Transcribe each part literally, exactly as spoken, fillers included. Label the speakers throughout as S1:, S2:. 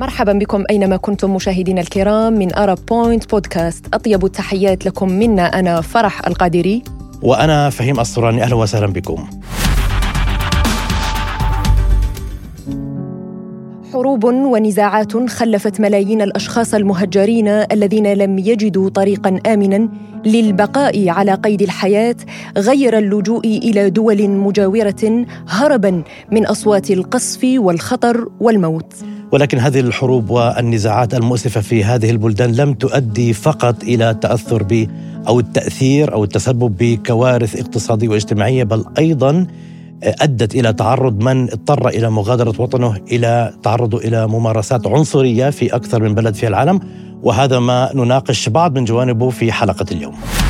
S1: مرحبا بكم أينما كنتم مشاهدينا الكرام من أرب بوينت بودكاست. أطيب التحيات لكم منا أنا فرح القادري
S2: وأنا فهيم الصراني. أهلا وسهلا بكم.
S1: حروب ونزاعات خلفت ملايين الأشخاص المهجرين الذين لم يجدوا طريقاً آمناً للبقاء على قيد الحياة غير اللجوء إلى دول مجاورة هرباً من أصوات القصف والخطر والموت.
S2: ولكن هذه الحروب والنزاعات المؤسفة في هذه البلدان لم تؤدي فقط إلى التأثر ب أو التأثير أو التسبب بكوارث اقتصادية واجتماعية، بل أيضاً أدت إلى تعرض من اضطر إلى مغادرة وطنه إلى تعرضه إلى ممارسات عنصرية في أكثر من بلد في العالم، وهذا ما نناقش بعض من جوانبه في حلقة اليوم.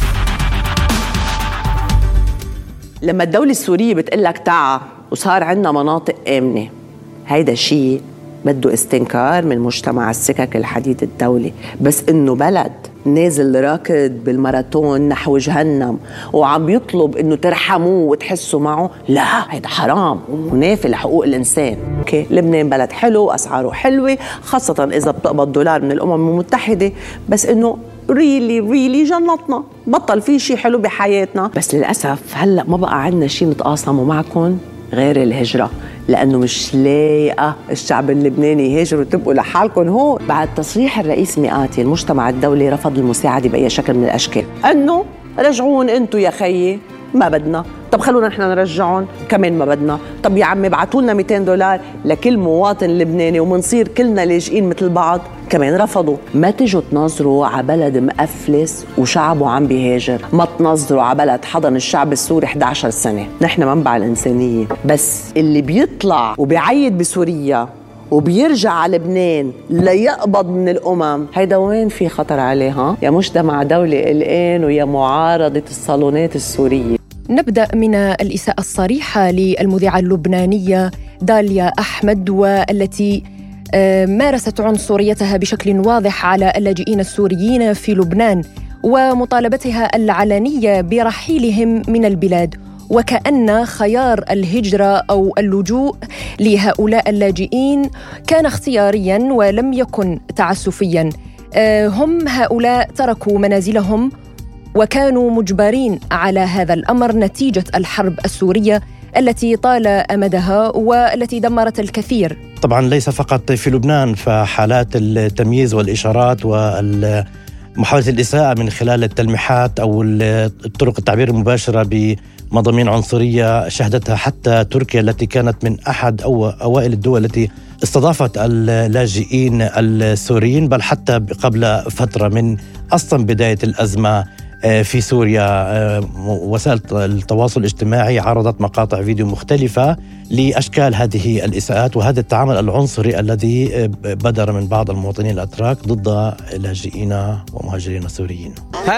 S3: لما الدولة السورية بتقلك تعا وصار عندنا مناطق آمنة، هيدا شيء بده استنكار من مجتمع السكك الحديد الدولي. بس إنه بلد نازل راكد بالماراثون نحو جهنم وعم بيطلب إنه ترحموه وتحسوا معه، لا، هيدا حرام ومنافي لحقوق الإنسان. أوكي، لبنان بلد حلو، أسعاره حلوة، خاصة إذا بتقبض دولار من الأمم المتحدة، بس إنه ريلي ريلي جنطنا، بطل في شيء حلو بحياتنا. بس للأسف هلأ ما بقى عندنا شيء نتقاسمه معكم غير الهجرة، لأنه مش لايقة الشعب اللبناني يهاجر وتبقوا لحالكم هون. بعد تصريح الرئيس مئاتي، المجتمع الدولي رفض المساعدة بأي شكل من الأشكال، أنه رجعون أنتوا يا خيي، ما بدنا. طب خلونا نحن نرجعون، كمان ما بدنا. طب يا عمي ابعتوا لنا مئتين دولار لكل مواطن لبناني ومنصير كلنا لاجئين مثل بعض، كمان رفضوا. ما تجوا تنظروا على بلد مقفلس وشعبه عم بيهاجر، ما تنظروا على بلد حضن الشعب السوري إحدى عشرة سنة. نحن منبع الإنسانية، بس اللي بيطلع وبيعيد بسوريا وبيرجع على لبنان ليقبض من الأمم، هيدا وين في خطر عليها؟ يا مجتمع دولي الآن ويا معارضة الصالونات السورية.
S1: نبدأ من الإساءة الصريحة للمذيعة اللبنانية داليا أحمد، والتي مارست عنصريتها بشكل واضح على اللاجئين السوريين في لبنان ومطالبتها العلنية برحيلهم من البلاد، وكأن خيار الهجرة أو اللجوء لهؤلاء اللاجئين كان اختيارياً ولم يكن تعسفياً. هم هؤلاء تركوا منازلهم وكانوا مجبرين على هذا الأمر نتيجة الحرب السورية التي طال أمدها والتي دمرت الكثير.
S2: طبعا ليس فقط في لبنان، فحالات التمييز والإشارات ومحاولة الإساءة من خلال التلميحات أو الطرق التعبير المباشرة بمضامين عنصرية شهدتها حتى تركيا، التي كانت من أحد أو أوائل الدول التي استضافت اللاجئين السوريين، بل حتى قبل فترة من أصلا بداية الأزمة في سوريا. وسائل التواصل الاجتماعي عرضت مقاطع فيديو مختلفة لأشكال هذه الإساءات وهذا التعامل العنصري الذي بدر من بعض المواطنين الأتراك ضد لاجئين ومهاجرين السوريين.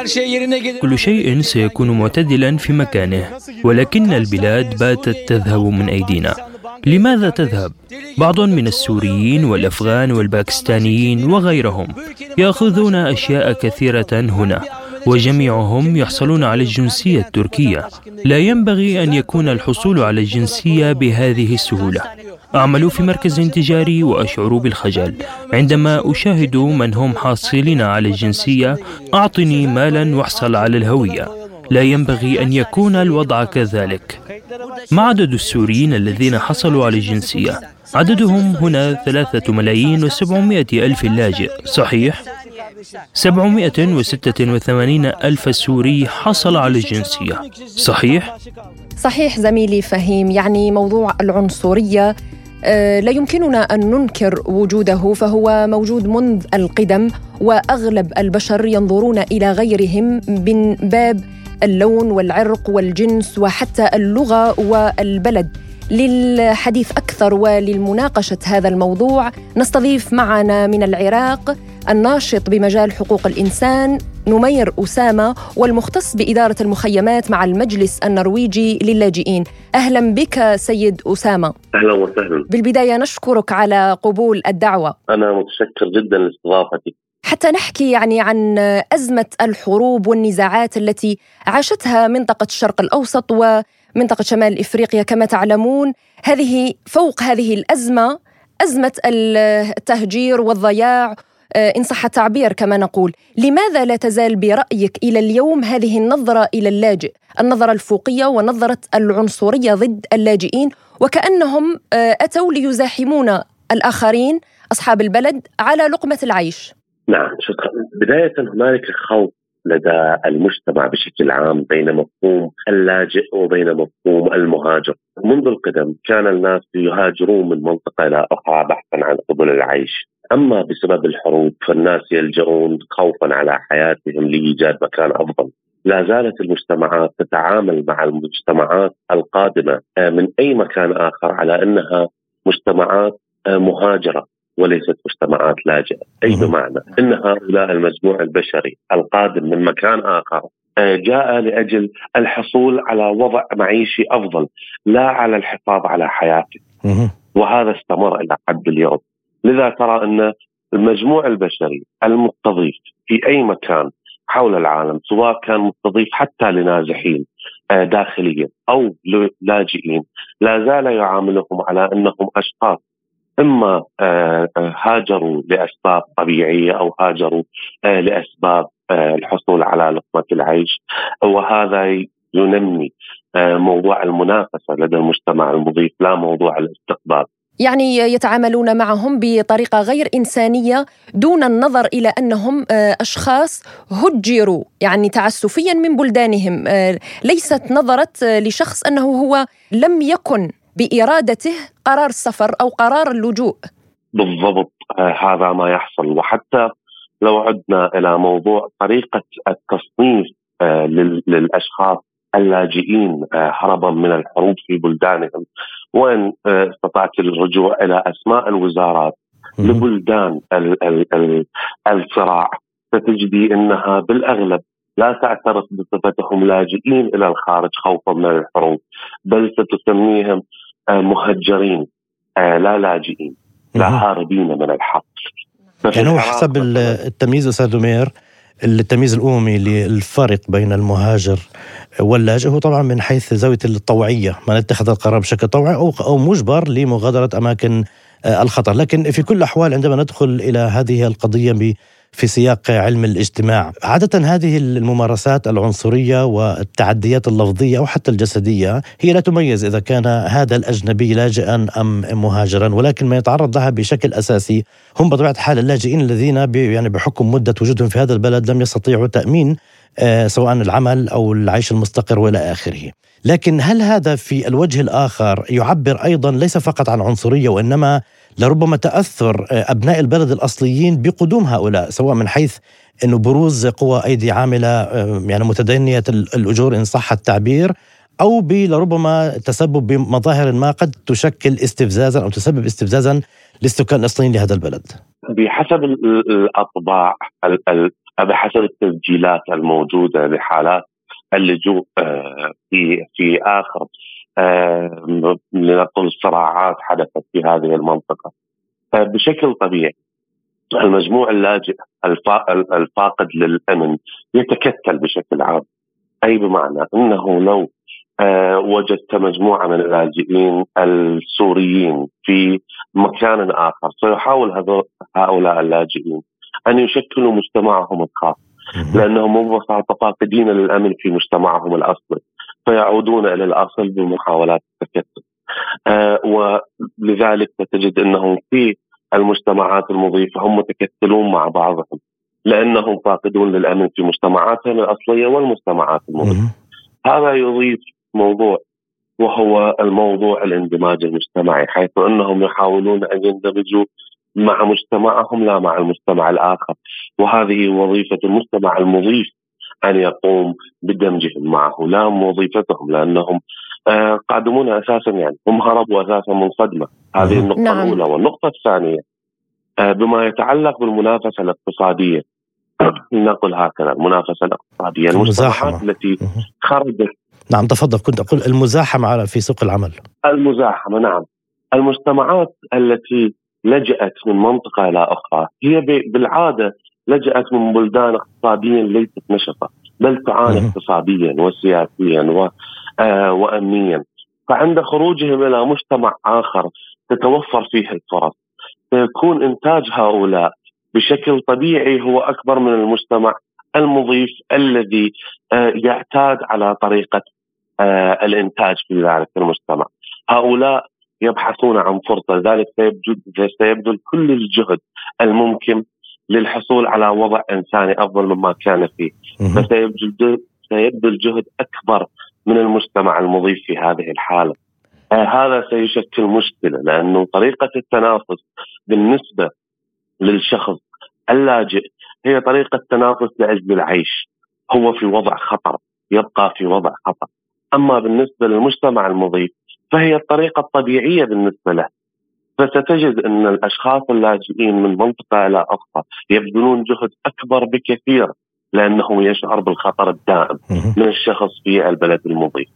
S4: كل شيء سيكون معتدلا في مكانه، ولكن البلاد باتت تذهب من أيدينا. لماذا تذهب؟ بعض من السوريين والأفغان والباكستانيين وغيرهم يأخذون أشياء كثيرة هنا، وجميعهم يحصلون على الجنسية التركية. لا ينبغي أن يكون الحصول على الجنسية بهذه السهولة. أعمل في مركز تجاري وأشعر بالخجل عندما أشاهد من هم حاصلين على الجنسية. أعطني مالا واحصل على الهوية. لا ينبغي أن يكون الوضع كذلك. ما عدد السوريين الذين حصلوا على الجنسية؟ عددهم هنا ثلاثة ملايين وسبعمائة ألف لاجئ، صحيح؟ سبعمائة وستة وثمانين ألف سوري حصل على الجنسية، صحيح؟
S1: صحيح زميلي فهيم، يعني موضوع العنصرية لا يمكننا أن ننكر وجوده، فهو موجود منذ القدم، وأغلب البشر ينظرون إلى غيرهم من باب اللون والعرق والجنس وحتى اللغة والبلد. للحديث أكثر وللمناقشة هذا الموضوع نستضيف معنا من العراق الناشط بمجال حقوق الإنسان نمير أسامة، والمختص بإدارة المخيمات مع المجلس النرويجي للاجئين. أهلا بك سيد أسامة.
S5: أهلا وسهلا.
S1: بالبداية نشكرك على قبول الدعوة.
S5: أنا متشكر جدا لاستضافتك.
S1: حتى نحكي يعني عن أزمة الحروب والنزاعات التي عاشتها منطقة الشرق الأوسط ومنطقة شمال إفريقيا. كما تعلمون، هذه فوق هذه الأزمة أزمة التهجير والضياع إن صح التعبير كما نقول. لماذا لا تزال برأيك إلى اليوم هذه النظرة إلى اللاجئ، النظرة الفوقية ونظرة العنصرية ضد اللاجئين، وكأنهم أتوا ليزاحمون الآخرين أصحاب البلد على لقمة العيش؟
S5: نعم، شكرا. بداية هنالك خوف لدى المجتمع بشكل عام بين مفهوم اللاجئ وبين مفهوم المهاجر. منذ القدم كان الناس يهاجرون من منطقة إلى أخرى بحثا عن سبل العيش، أما بسبب الحروب فالناس يلجؤون خوفا على حياتهم لإيجاد مكان أفضل. لا زالت المجتمعات تتعامل مع المجتمعات القادمة من أي مكان آخر على أنها مجتمعات مهاجرة وليست مجتمعات لاجئة، أي بمعنى أن هؤلاء المجموع البشري القادم من مكان آخر جاء لأجل الحصول على وضع معيشي أفضل لا على الحفاظ على حياته، وهذا استمر إلى حد اليوم. لذا ترى أن المجموع البشري المستضيف في أي مكان حول العالم، سواء كان مستضيف حتى لنازحين داخليا أو لاجئين، لا زال يعاملهم على أنهم أشخاص إما هاجروا لأسباب طبيعية أو هاجروا لأسباب الحصول على لقمة العيش، وهذا ينمي موضوع المنافسة لدى المجتمع المضيف لا موضوع الاستقبال.
S1: يعني يتعاملون معهم بطريقة غير إنسانية دون النظر إلى أنهم أشخاص هجروا يعني تعسفيا من بلدانهم، ليست نظرة لشخص أنه هو لم يكن بإرادته قرار السفر أو قرار اللجوء.
S5: بالضبط، هذا ما يحصل. وحتى لو عدنا إلى موضوع طريقة التصنيف للأشخاص اللاجئين هربا من الحروب في بلدانهم، وإن استطعت الرجوع إلى أسماء الوزارات لبلدان الصراع ستجدي أنها بالأغلب لا تعترف بصفتهم لاجئين إلى الخارج خوفا من الحروب، بل ستسميهم مهجرين لا لاجئين، لا هاربين من الحرب.
S2: يعني هو حسب التمييز أستاذ دمير، التمييز الأممي للفرق بين المهاجر واللاجئ هو طبعا من حيث زاوية الطوعية، من اتخذ القرار بشكل طوعي أو أو مجبر لمغادرة أماكن الخطر. لكن في كل الأحوال عندما ندخل إلى هذه القضية في سياق علم الاجتماع، عادة هذه الممارسات العنصرية والتعديات اللفظية أو حتى الجسدية هي لا تميز إذا كان هذا الأجنبي لاجئا أم مهاجرا، ولكن ما يتعرض لها بشكل أساسي هم بطبيعة الحال اللاجئين الذين يعني بحكم مدة وجودهم في هذا البلد لم يستطيعوا تأمين آه سواء العمل أو العيش المستقر وإلى آخره. لكن هل هذا في الوجه الآخر يعبر أيضا ليس فقط عن عنصرية، وإنما لربما تأثر أبناء البلد الأصليين بقدوم هؤلاء، سواء من حيث أنه بروز قوى أيدي عاملة يعني متدنية الأجور إن صح التعبير، أو لربما تسبب بمظاهر ما قد تشكل استفزازا أو تسبب استفزازا للسكان الأصليين لهذا البلد؟
S5: بحسب الأطباع، بحسب التسجيلات الموجودة لحالات اللجوء في في آخر لنقل صراعات حدثت في هذه المنطقة، بشكل طبيعي المجموع اللاجئ الفاقد للأمن يتكتل بشكل عام، أي بمعنى أنه لو وجدت مجموعة من اللاجئين السوريين في مكان آخر سيحاول هؤلاء اللاجئين أن يشكلوا مجتمعهم الخاص، لأنهم ببساطة فاقدين للأمن في مجتمعهم الأصلي، فيعودون إلى الأصل بمحاولات التكتل. آه ولذلك تجد أنهم في المجتمعات المضيفة هم متكتلون مع بعضهم، لأنهم فاقدون للأمن في مجتمعاتهم الأصلية والمجتمعات المضيفة. هذا يضيف موضوع، وهو الموضوع الاندماج المجتمعي، حيث أنهم يحاولون أن يندمجوا مع مجتمعهم لا مع المجتمع الآخر، وهذه وظيفة المجتمع المضيف أن يقوم بدمجهم معه لا وظيفتهم، لأنهم آه قادمون أساسا يعني هم هربوا أساسا من صدمة. هذه النقطة نعم. الأولى. والنقطة الثانية آه بما يتعلق بالمنافسة الاقتصادية نقول هكذا المنافسة الاقتصادية، المجتمعات التي خرجت.
S2: نعم تفضل. كنت أقول المزاحمة في سوق العمل.
S5: المزاحمة نعم. المجتمعات التي لجأت من منطقة إلى أخرى هي بالعادة لجأت من بلدان اقتصاديا ليست نشطة، بل تعاني اقتصاديا وسياسيا و... آه وأمنيا، فعند خروجهم إلى مجتمع آخر تتوفر فيه الفرص، سيكون إنتاج هؤلاء بشكل طبيعي هو أكبر من المجتمع المضيف الذي يعتاد على طريقة الإنتاج في ذلك المجتمع. هؤلاء يبحثون عن فرصة، ذلك سيبذل كل الجهد الممكن للحصول على وضع إنساني أفضل مما كان فيه، فسيبذل سيبذل جهد أكبر من المجتمع المضيف في هذه الحالة. آه هذا سيشكل مشكلة، لأنه طريقة التنافس بالنسبة للشخص اللاجئ هي طريقة تنافس لأجل العيش، هو في وضع خطر، يبقى في وضع خطر. أما بالنسبة للمجتمع المضيف فهي الطريقة الطبيعية بالنسبة له. فستجد أن الأشخاص اللاجئين من منطقة إلى أخرى يبذلون جهد أكبر بكثير، لأنه يشعر بالخطر الدائم من الشخص في البلد المضيف.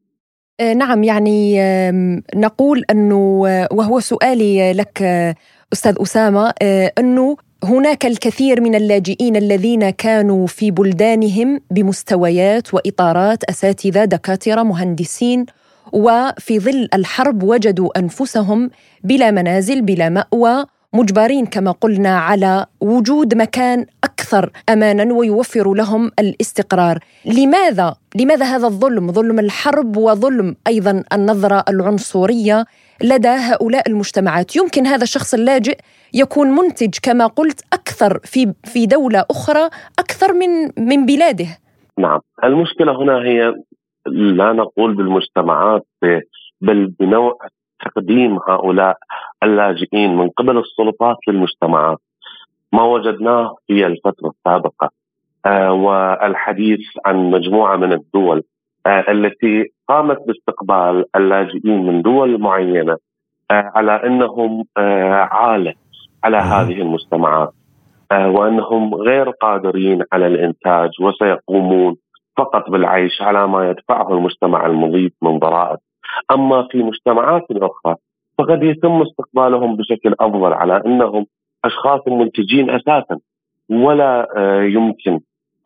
S1: نعم، يعني نقول أنه، وهو سؤالي لك أستاذ أسامة، أنه هناك الكثير من اللاجئين الذين كانوا في بلدانهم بمستويات وإطارات، أساتذة، دكاترة، مهندسين، وفي ظل الحرب وجدوا أنفسهم بلا منازل، بلا مأوى، مجبرين كما قلنا على وجود مكان أكثر أماناً ويوفر لهم الاستقرار. لماذا؟ لماذا هذا الظلم، ظلم الحرب وظلم أيضاً النظرة العنصرية لدى هؤلاء المجتمعات؟ يمكن هذا الشخص اللاجئ يكون منتج كما قلت أكثر في في دولة أخرى أكثر من من بلاده.
S5: نعم، المشكلة هنا هي لا نقول بالمجتمعات بل بنوع تقديم هؤلاء اللاجئين من قبل السلطات للمجتمعات. ما وجدناه في الفترة السابقة آه والحديث عن مجموعة من الدول آه التي قامت باستقبال اللاجئين من دول معينة آه على أنهم آه عالة على هذه المجتمعات آه وأنهم غير قادرين على الإنتاج وسيقومون فقط بالعيش على ما يدفعه المجتمع المضيف من ضرائب. أما في مجتمعات أخرى فقد يتم استقبالهم بشكل أفضل على أنهم أشخاص منتجين أساسا، ولا يمكن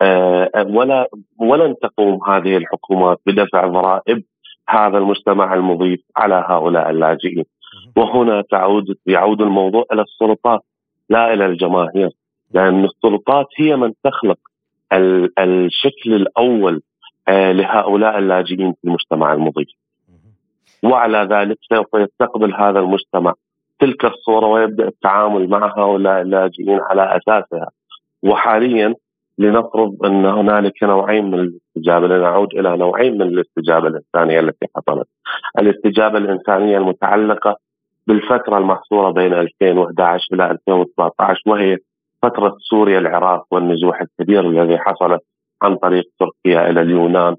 S5: ولا ولن تقوم هذه الحكومات بدفع ضرائب هذا المجتمع المضيف على هؤلاء اللاجئين. وهنا تعود يعود الموضوع إلى السلطات لا إلى الجماهير، لأن السلطات هي من تخلق الشكل الأول لهؤلاء اللاجئين في المجتمع المضيف، وعلى ذلك سوف يستقبل هذا المجتمع تلك الصورة ويبدأ التعامل مع هؤلاء اللاجئين على أساسها. وحاليا لنفرض أن هنالك نوعين من الاستجابة، لنعود إلى نوعين من الاستجابة الإنسانية التي حصلت. الاستجابة الإنسانية المتعلقة بالفترة المحصورة بين ألفين وإحدى عشر إلى ألفين وسبعة عشر، وهي فترة سوريا العراق والنزوح الكبير الذي حصل عن طريق تركيا إلى اليونان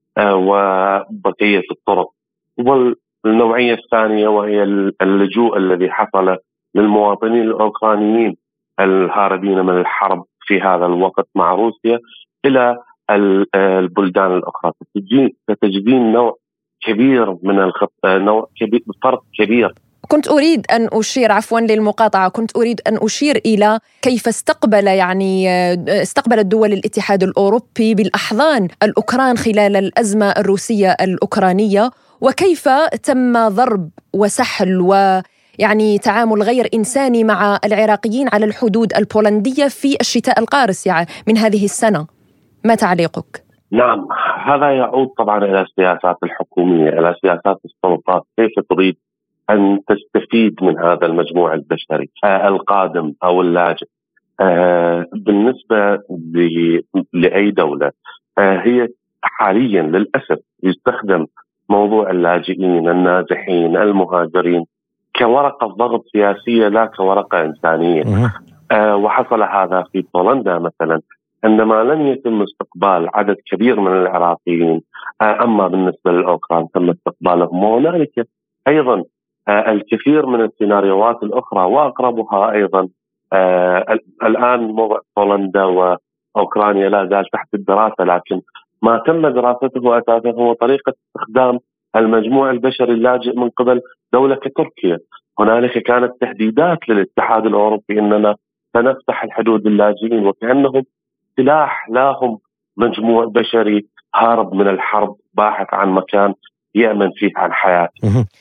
S5: وبقية الطرق. والنوعية الثانية وهي اللجوء الذي حصل للمواطنين الأوكرانيين الهاربين من الحرب في هذا الوقت مع روسيا إلى البلدان الأخرى. ستجدين نوع كبير من الخط، نوع كبير، فرق كبير.
S1: كنت أريد أن أشير عفوا للمقاطعة كنت أريد أن أشير إلى كيف استقبل يعني استقبل الدول الاتحاد الأوروبي بالأحضان الأوكران خلال الأزمة الروسية الأوكرانية، وكيف تم ضرب وسحل ويعني تعامل غير إنساني مع العراقيين على الحدود البولندية في الشتاء القارس يعني من هذه السنة. ما تعليقك؟
S5: نعم، هذا يعود طبعا إلى السياسات الحكومية، إلى سياسات السلطات، كيف تريد أن تستفيد من هذا المجموع البشري آه القادم أو اللاجئ. آه بالنسبة لأي دولة آه هي حاليا للأسف يستخدم موضوع اللاجئين النازحين المهاجرين كورقة ضغط سياسية لا كورقة إنسانية. آه وحصل هذا في بولندا مثلا، عندما لم يتم استقبال عدد كبير من العراقيين آه أما بالنسبة للأوكران تم استقبالهم. وهنالك أيضا آه الكثير من السيناريوهات الأخرى وأقربها أيضا آه الآن موضوع بولندا وأوكرانيا لا زال تحت الدراسة، لكن ما تم دراسته أساسا هو طريقة استخدام المجموع البشري اللاجئ من قبل دولة كتركيا. هنالك كانت تهديدات للاتحاد الأوروبي أننا سنفتح الحدود للاجئين، وكأنهم سلاح لهم مجموع بشري هارب من الحرب باحث عن مكان يأمن فيه عن حياته.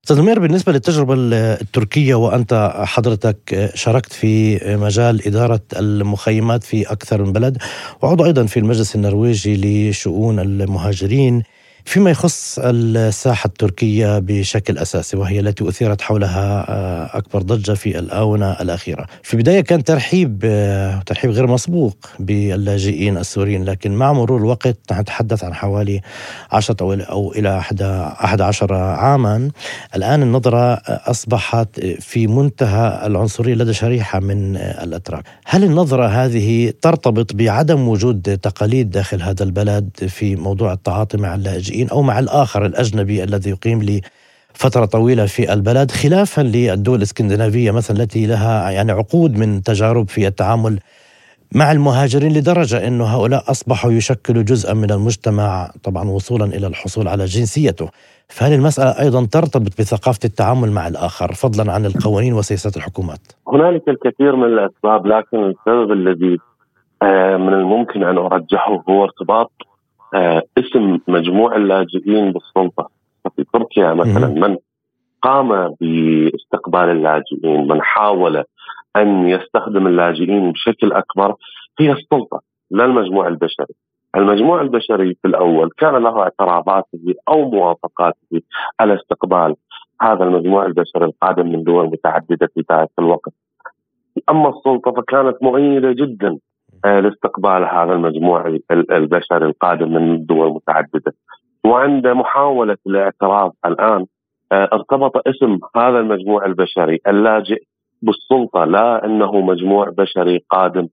S2: أستاذ نمير، بالنسبة للتجربة التركية وأنت حضرتك شاركت في مجال إدارة المخيمات في أكثر من بلد وعضو أيضا في المجلس النرويجي لشؤون المهاجرين، فيما يخص الساحة التركية بشكل أساسي وهي التي أثيرت حولها أكبر ضجة في الآونة الأخيرة. في البداية كان ترحيب ترحيب غير مسبوق باللاجئين السوريين، لكن مع مرور الوقت نتحدث عن حوالي عشرة أو إلى أحد عشر عاما، الآن النظرة أصبحت في منتهى العنصرية لدى شريحة من الأتراك. هل النظرة هذه ترتبط بعدم وجود تقاليد داخل هذا البلد في موضوع التعاطي مع اللاجئين أو مع الآخر الأجنبي الذي يقيم لفترة طويلة في البلد، خلافا للدول الاسكندنافية مثلا التي لها يعني عقود من تجارب في التعامل مع المهاجرين، لدرجة أن هؤلاء أصبحوا يشكلوا جزءا من المجتمع طبعا وصولا إلى الحصول على جنسيته؟ فهل المسألة أيضا ترتبط بثقافة التعامل مع الآخر فضلا عن القوانين وسياسات الحكومات؟
S5: هنالك الكثير من الأسباب، لكن السبب الذي من الممكن أن أرجحه هو ارتباط اسم مجموع اللاجئين بالسلطة. في تركيا مثلا من قام باستقبال اللاجئين، من حاول أن يستخدم اللاجئين بشكل أكبر، هي السلطة لا المجموع البشري. المجموع البشري في الأول كان له اعتراضاته أو موافقاته على استقبال هذا المجموع البشري القادم من دول متعددة في ذلك الوقت. أما السلطة فكانت مؤيدة جدا لاستقبال هذا المجموع البشري القادم من دول متعددة. وعند محاولة الاعتراض الآن ارتبط اسم هذا المجموع البشري اللاجئ بالسلطة، لا أنه مجموع بشري قادم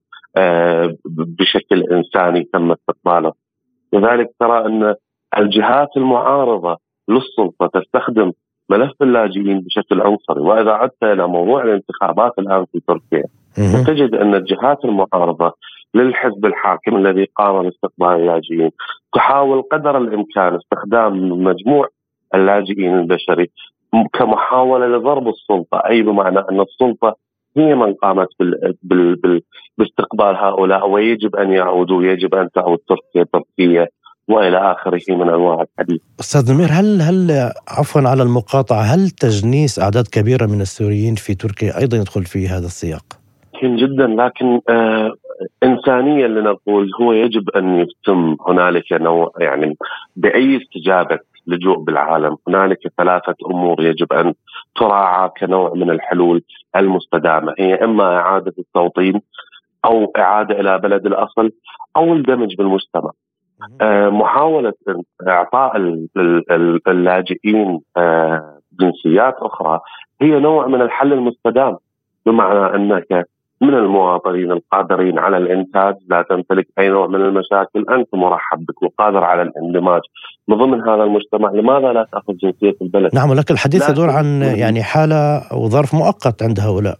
S5: بشكل إنساني تم استقباله. لذلك ترى أن الجهات المعارضة للسلطة تستخدم ملف اللاجئين بشكل عنصري. وإذا عدت إلى موضوع الانتخابات الآن في تركيا تجد أن الجهات المعارضة للحزب الحاكم الذي قام باستقبال اللاجئين تحاول قدر الإمكان استخدام مجموع اللاجئين البشري كمحاولة لضرب السلطة، أي بمعنى أن السلطة هي من قامت بال... بال... بال... باستقبال هؤلاء ويجب أن يعودوا، يجب أن تعود تركيا تركيا وإلى آخره من أنواع الحديث.
S2: أستاذ نمير، هل هل عفوا على المقاطعة، هل تجنيس أعداد كبيرة من السوريين في تركيا أيضا يدخل في هذا السياق؟
S5: جدا، لكن آه إنسانيا لنقول هو يجب أن يتم هنالك نوع، يعني بأي استجابة لجوء بالعالم هنالك ثلاثة أمور يجب أن تراعى كنوع من الحلول المستدامة، هي إما إعادة التوطين أو إعادة إلى بلد الأصل أو الدمج بالمجتمع. آه محاولة إعطاء اللاجئين آه جنسيات أخرى هي نوع من الحل المستدام، بمعنى أنك من المواطنين القادرين على الإنتاج لا تمتلك أي نوع من المشاكل، أنت مرحب بك وقادر على الاندماج من ضمن هذا المجتمع، لماذا لا تأخذ جنسية البلد؟
S2: نعم، ولكن الحديث يدور عن يعني حالة أو ظرف مؤقت عند هؤلاء،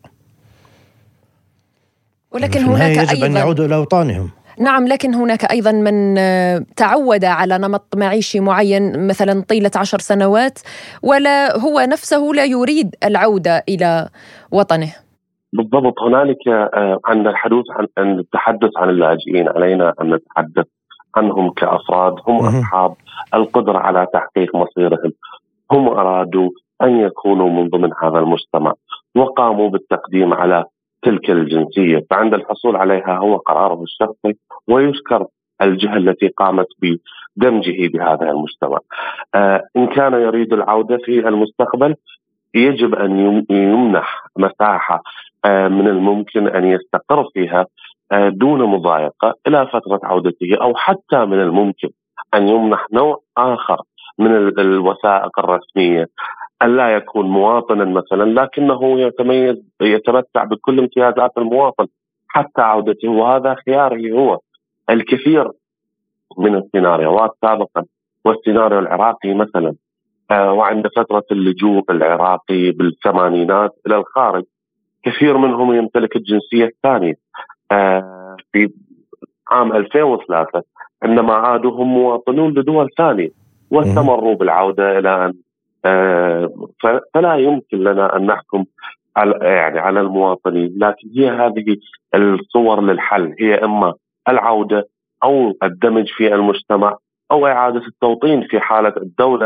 S1: ولكن هناك
S2: يجب
S1: أيضا
S2: أن يعودوا إلى أوطانهم.
S1: نعم، لكن هناك أيضا من تعود على نمط معيشي معين مثلا طيلة عشر سنوات ولا هو نفسه لا يريد العودة إلى وطنه.
S5: بالضبط، هنالك عند الحديث عن التحدث عن اللاجئين علينا أن نتحدث عنهم كأفراد هم أصحاب القدرة على تحقيق مصيرهم، هم أرادوا أن يكونوا من ضمن هذا المجتمع وقاموا بالتقديم على تلك الجنسية، فعند الحصول عليها هو قراره الشخصي ويشكر الجهة التي قامت بدمجه بهذا المجتمع. آه إن كان يريد العودة في المستقبل يجب أن يمنح مساحة آه من الممكن أن يستقر فيها آه دون مضايقة إلى فترة عودته، أو حتى من الممكن أن يمنح نوع آخر من الوثائق الرسمية، ألا يكون مواطنا مثلا لكنه يتميز يتمتع بكل امتيازات المواطن حتى عودته، وهذا خياره هو. الكثير من السيناريوهات سابقا والسيناريو العراقي مثلا آه وعند فترة اللجوء العراقي بالثمانينات إلى الخارج كثير منهم يمتلك الجنسية الثانية. آه في عام ألفين وثلاثة عندما عادوا هم مواطنون لدول ثانية واستمروا بالعودة إلى أن آه فلا يمكن لنا أن نحكم على يعني على المواطنين، لكن هي هذه الصور للحل، هي إما العودة أو الدمج في المجتمع أو إعادة التوطين في حالة الدولة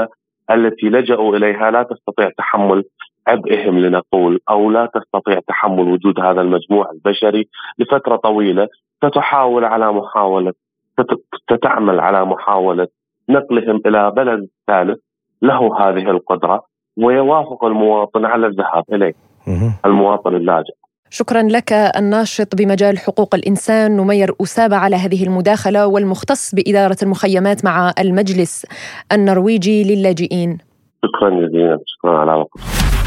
S5: التي لجأوا إليها لا تستطيع تحمل عبئهم لنقول، أو لا تستطيع تحمل وجود هذا المجموع البشري لفترة طويلة، فتحاول على محاولة تتعمل على محاولة نقلهم إلى بلد ثالث له هذه القدرة ويوافق المواطن على الذهاب إليه، المواطن اللاجئ.
S1: شكرا لك الناشط بمجال حقوق الإنسان نمير أسابة على هذه المداخلة، والمختص بإدارة المخيمات مع المجلس النرويجي للاجئين.
S5: شكرا جزيلا، شكرا على وقتك.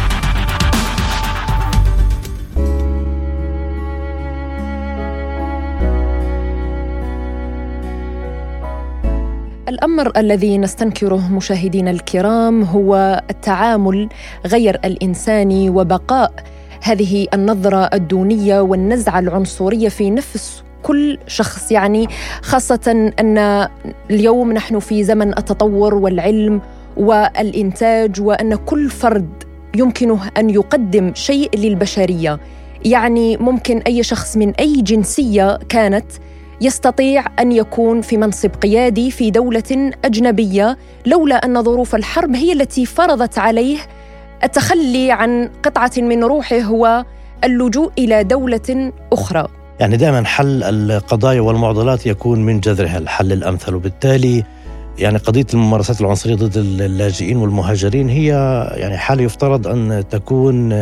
S1: الأمر الذي نستنكره مشاهدينا الكرام هو التعامل غير الإنساني وبقاء هذه النظرة الدونية والنزعة العنصرية في نفس كل شخص، يعني خاصة أن اليوم نحن في زمن التطور والعلم والإنتاج، وأن كل فرد يمكنه أن يقدم شيء للبشرية. يعني ممكن أي شخص من أي جنسية كانت يستطيع أن يكون في منصب قيادي في دولة أجنبية، لولا أن ظروف الحرب هي التي فرضت عليه التخلي عن قطعة من روحه واللجوء إلى دولة أخرى.
S2: يعني دائما حل القضايا والمعضلات يكون من جذرها الحل الأمثل، وبالتالي يعني قضية الممارسات العنصرية ضد اللاجئين والمهاجرين هي يعني حالة يفترض أن تكون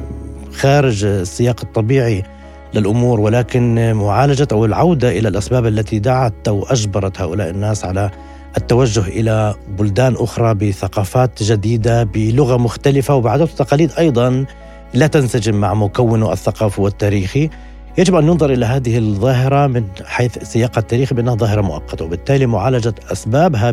S2: خارج السياق الطبيعي للأمور، ولكن معالجة أو العودة إلى الأسباب التي دعت أو أجبرت هؤلاء الناس على التوجه إلى بلدان أخرى بثقافات جديدة بلغة مختلفة وبعادات وتقاليد أيضا لا تنسجم مع مكونه الثقافي والتاريخي. يجب أن ننظر إلى هذه الظاهرة من حيث سياقها التاريخي بأنها ظاهرة مؤقتة، وبالتالي معالجة أسبابها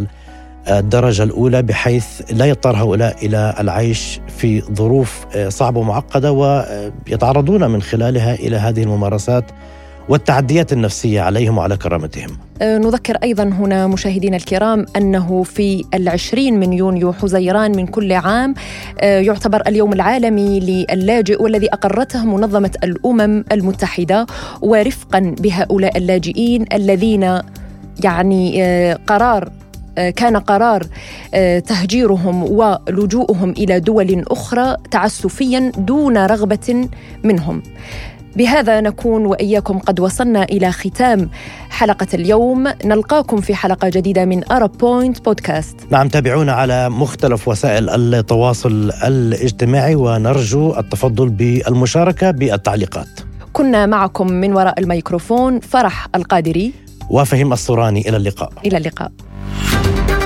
S2: بالدرجة الأولى بحيث لا يضطر هؤلاء إلى العيش في ظروف صعبة ومعقدة ويتعرضون من خلالها إلى هذه الممارسات والتعديات النفسية عليهم وعلى كرامتهم.
S1: نذكر أيضا هنا مشاهدينا الكرام أنه في العشرين من يونيو حزيران من كل عام يعتبر اليوم العالمي للاجئ، والذي أقرته منظمة الأمم المتحدة، ورفقا بهؤلاء اللاجئين الذين يعني قرار كان قرار تهجيرهم ولجوءهم إلى دول أخرى تعسفيا دون رغبة منهم. بهذا نكون وإياكم قد وصلنا إلى ختام حلقة اليوم. نلقاكم في حلقة جديدة من أرب بوينت بودكاست.
S2: نعم، تابعونا على مختلف وسائل التواصل الاجتماعي، ونرجو التفضل بالمشاركة بالتعليقات.
S1: كنا معكم من وراء الميكروفون فرح القادري
S2: وفهم الصوراني. إلى اللقاء.
S1: إلى اللقاء.